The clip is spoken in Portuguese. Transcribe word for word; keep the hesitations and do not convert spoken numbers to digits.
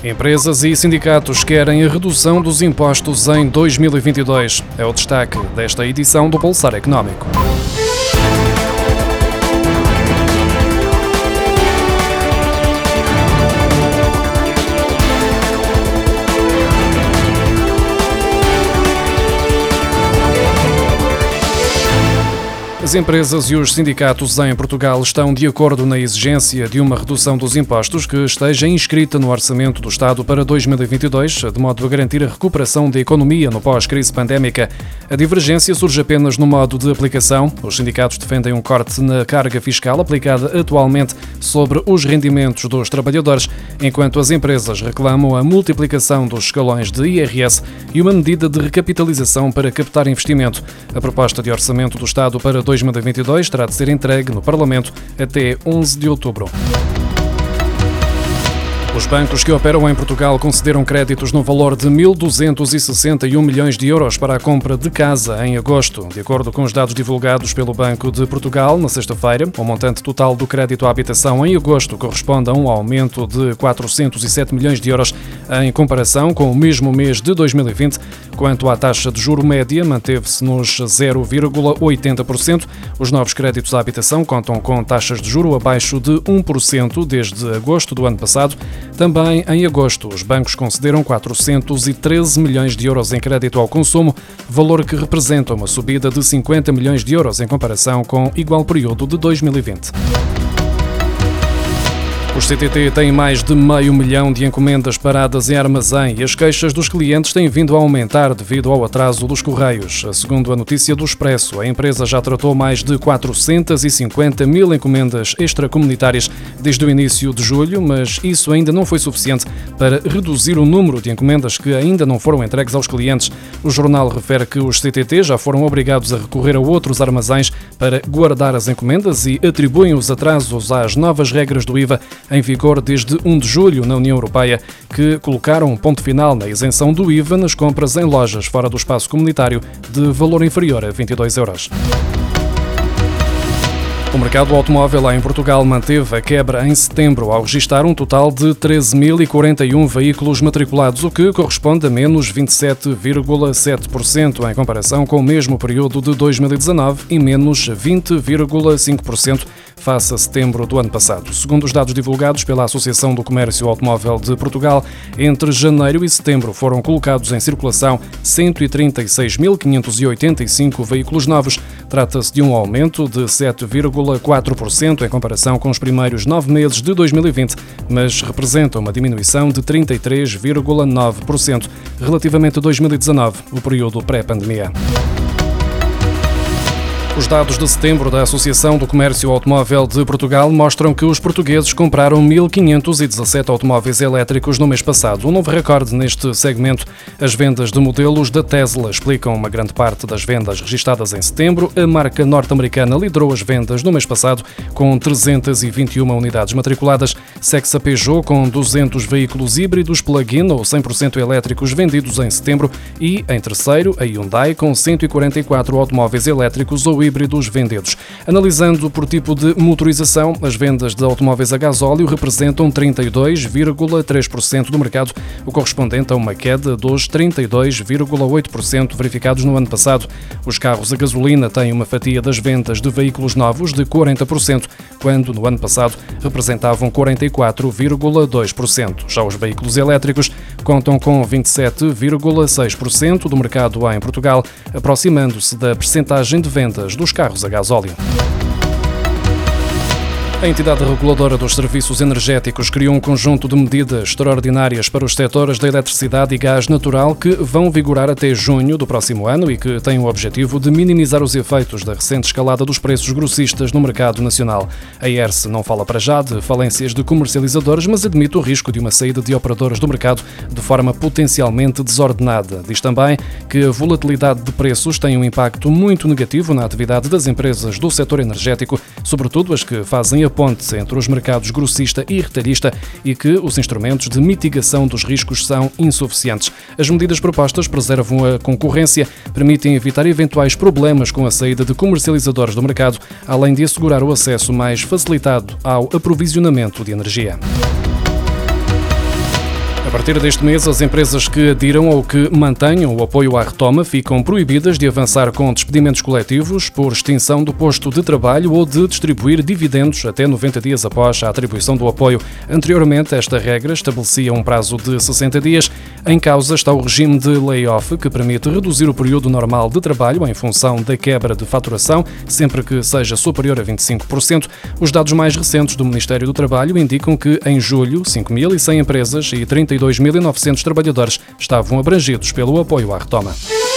Empresas e sindicatos querem a redução dos impostos em dois mil e vinte e dois. É o destaque desta edição do Pulsar Económico. As empresas e os sindicatos em Portugal estão de acordo na exigência de uma redução dos impostos que esteja inscrita no Orçamento do Estado para dois mil e vinte e dois, de modo a garantir a recuperação da economia no pós-crise pandémica. A divergência surge apenas no modo de aplicação. Os sindicatos defendem um corte na carga fiscal aplicada atualmente sobre os rendimentos dos trabalhadores, enquanto as empresas reclamam a multiplicação dos escalões de I R S e uma medida de recapitalização para captar investimento. A proposta de Orçamento do Estado para dois mil e vinte e dois terá de ser entregue no Parlamento até onze de outubro. Os bancos que operam em Portugal concederam créditos no valor de mil duzentos e sessenta e um milhões de euros para a compra de casa em agosto. De acordo com os dados divulgados pelo Banco de Portugal, na sexta-feira, o montante total do crédito à habitação em agosto corresponde a um aumento de quatrocentos e sete milhões de euros em comparação com o mesmo mês de dois mil e vinte. Quanto à taxa de juro média, manteve-se nos zero vírgula oitenta por cento. Os novos créditos à habitação contam com taxas de juro abaixo de um por cento desde agosto do ano passado. Também em agosto, os bancos concederam quatrocentos e treze milhões de euros em crédito ao consumo, valor que representa uma subida de cinquenta milhões de euros em comparação com o igual período de dois mil e vinte. Os C T T têm mais de meio milhão de encomendas paradas em armazém e as queixas dos clientes têm vindo a aumentar devido ao atraso dos correios. Segundo a notícia do Expresso, a empresa já tratou mais de quatrocentos e cinquenta mil encomendas extracomunitárias desde o início de julho, mas isso ainda não foi suficiente para reduzir o número de encomendas que ainda não foram entregues aos clientes. O jornal refere que os C T T já foram obrigados a recorrer a outros armazéns para guardar as encomendas e atribuem os atrasos às novas regras do I V A em vigor desde um de julho na União Europeia, que colocaram um ponto final na isenção do I V A nas compras em lojas fora do espaço comunitário de valor inferior a vinte e dois euros. O mercado automóvel em Portugal manteve a quebra em setembro, ao registrar um total de treze mil e quarenta e um veículos matriculados, o que corresponde a menos vinte e sete vírgula sete por cento em comparação com o mesmo período de dois mil e dezanove e menos vinte vírgula cinco por cento face a setembro do ano passado. Segundo os dados divulgados pela Associação do Comércio Automóvel de Portugal, entre janeiro e setembro foram colocados em circulação cento e trinta e seis mil quinhentos e oitenta e cinco veículos novos. Trata-se de um aumento de sete vírgula quatro por cento em comparação com os primeiros nove meses de dois mil e vinte, mas representa uma diminuição de trinta e três vírgula nove por cento relativamente a dois mil e dezanove, o período pré-pandemia. Os dados de setembro da Associação do Comércio Automóvel de Portugal mostram que os portugueses compraram mil quinhentos e dezassete automóveis elétricos no mês passado, um novo recorde neste segmento. As vendas de modelos da Tesla explicam uma grande parte das vendas registadas em setembro. A marca norte-americana liderou as vendas no mês passado, com trezentas e vinte e uma unidades matriculadas. Segue-se a Peugeot com duzentos veículos híbridos plug-in ou cem por cento elétricos vendidos em setembro e, em terceiro, a Hyundai com cento e quarenta e quatro automóveis elétricos ou híbridos vendidos. Analisando por tipo de motorização, as vendas de automóveis a gasóleo representam trinta e dois vírgula três por cento do mercado, o correspondente a uma queda dos trinta e dois vírgula oito por cento verificados no ano passado. Os carros a gasolina têm uma fatia das vendas de veículos novos de quarenta por cento, quando no ano passado representavam quarenta e quatro vírgula dois por cento. Já os veículos elétricos contam com vinte e sete vírgula seis por cento do mercado em Portugal, aproximando-se da percentagem de vendas dos carros a gasóleo. A entidade reguladora dos serviços energéticos criou um conjunto de medidas extraordinárias para os setores da eletricidade e gás natural que vão vigorar até junho do próximo ano e que têm o objetivo de minimizar os efeitos da recente escalada dos preços grossistas no mercado nacional. A E R S não fala para já de falências de comercializadores, mas admite o risco de uma saída de operadores do mercado de forma potencialmente desordenada. Diz também que a volatilidade de preços tem um impacto muito negativo na atividade das empresas do setor energético, sobretudo as que fazem a ponte entre os mercados grossista e retalhista e que os instrumentos de mitigação dos riscos são insuficientes. As medidas propostas preservam a concorrência, permitem evitar eventuais problemas com a saída de comercializadores do mercado, além de assegurar o acesso mais facilitado ao aprovisionamento de energia. A partir deste mês, as empresas que adiram ou que mantenham o apoio à retoma ficam proibidas de avançar com despedimentos coletivos por extinção do posto de trabalho ou de distribuir dividendos até noventa dias após a atribuição do apoio. Anteriormente, esta regra estabelecia um prazo de sessenta dias. Em causa está o regime de layoff, que permite reduzir o período normal de trabalho em função da quebra de faturação, sempre que seja superior a vinte e cinco por cento. Os dados mais recentes do Ministério do Trabalho indicam que, em julho, cinco mil e cem empresas e trinta e dois mil e novecentos trabalhadores estavam abrangidos pelo apoio à retoma.